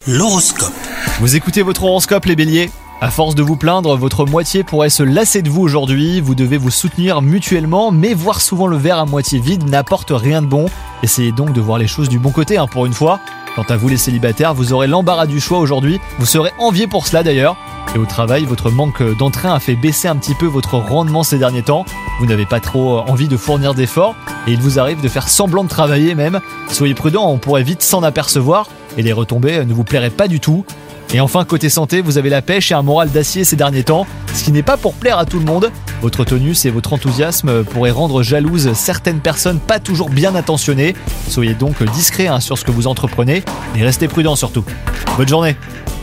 L'horoscope. Vous écoutez votre horoscope les béliers ? À force de vous plaindre, votre moitié pourrait se lasser de vous aujourd'hui. Vous devez vous soutenir mutuellement, mais voir souvent le verre à moitié vide n'apporte rien de bon. Essayez donc de voir les choses du bon côté pour une fois. Quant à vous les célibataires, vous aurez l'embarras du choix aujourd'hui. Vous serez enviés pour cela d'ailleurs. Et au travail, votre manque d'entrain a fait baisser un petit peu votre rendement ces derniers temps. Vous n'avez pas trop envie de fournir d'efforts et il vous arrive de faire semblant de travailler même. Soyez prudent, on pourrait vite s'en apercevoir et les retombées ne vous plairaient pas du tout. Et enfin, côté santé, vous avez la pêche et un moral d'acier ces derniers temps, ce qui n'est pas pour plaire à tout le monde. Votre tonus et votre enthousiasme pourraient rendre jalouses certaines personnes pas toujours bien intentionnées. Soyez donc discret sur ce que vous entreprenez et restez prudent surtout. Bonne journée.